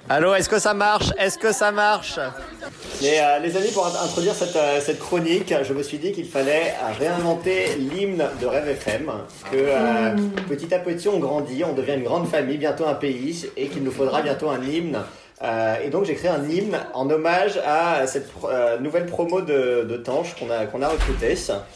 Allô, est-ce que ça marche? Est-ce que ça marche? Les amis, pour introduire cette chronique, je me suis dit qu'il fallait réinventer l'hymne de Rêve FM, que petit à petit on grandit, on devient une grande famille, bientôt un pays, et qu'il nous faudra bientôt un hymne. Et donc j'ai créé un hymne en hommage à cette nouvelle promo de Tange qu'on a recrutée.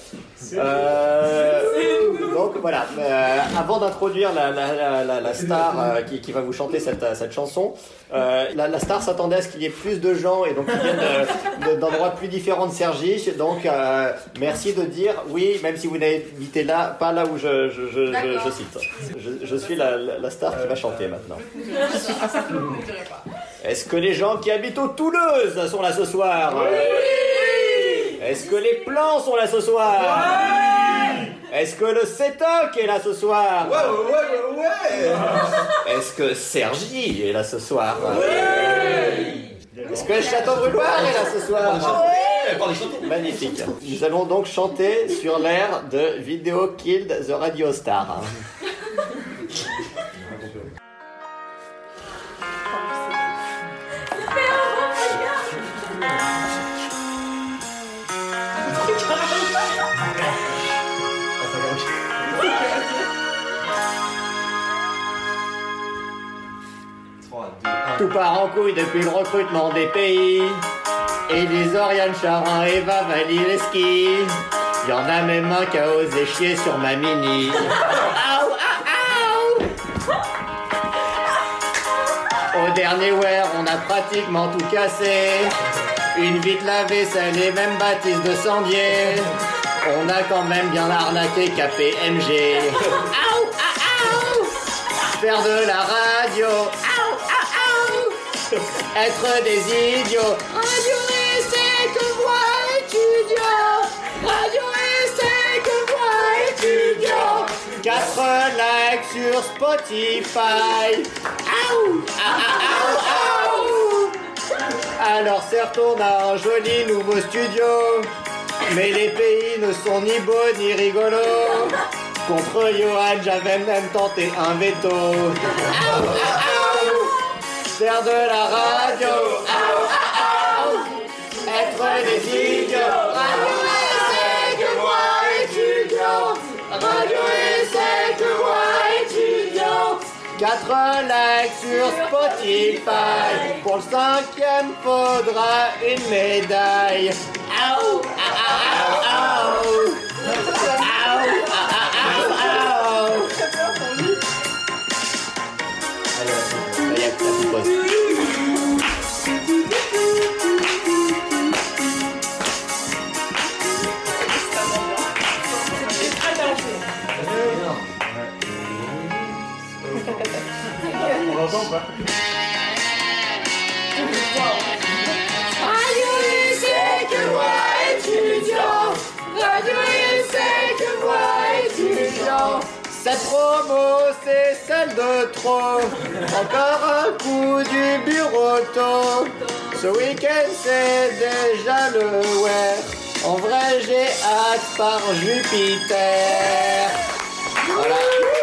Donc voilà, avant d'introduire la star qui va vous chanter cette chanson, la star s'attendait à ce qu'il y ait plus de gens et donc qui viennent d'endroits plus différents de Cergy. Donc merci de dire oui, même si vous n'habitez là, pas là où je cite. Je suis la star qui va chanter maintenant. Est-ce que les gens qui habitent aux Toulouse sont là ce soir? Oui. Est-ce que les Plans sont là ce soir? Oui. Est-ce que le Sétoc est là ce soir? Ouais. Est-ce que Cergy est là ce soir? Oui. Est-ce que le Château-Brûloir est là ce soir? Oui. Magnifique. Nous allons donc chanter sur l'air de Video Killed the Radio Star. Tout part en couille depuis le recrutement des pays. Élise, Oriane, Charin, Eva, Valileski. Y'en a même un qui a osé chier sur ma mini. Au dernier wear, on a pratiquement tout cassé. Une vitre lave-vaisselle et même Baptiste de Sandier. On a quand même bien arnaqué KPMG. Faire de la radio. Être des idiots. Radio essai que voix étudiant. Radio essai que voix étudiant. 4 likes sur Spotify. Alors certes on a un joli nouveau studio, mais les pays ne sont ni beaux ni rigolos. Contre Johan j'avais même tenté un veto. Faire de la radio, être des idiots. Radio essai que voix étudiant. Radio essai que voix étudiant. 4 likes sur Spotify. Pour le 5e faudra une médaille. On l'entend pas? Radio essai que voix étudiant. Radio essai que voix étudiant. Cette promo c'est celle de trop. Encore un coup du bureauto. Ce week-end c'est déjà le wear. En vrai j'ai hâte par Jupiter. Voilà.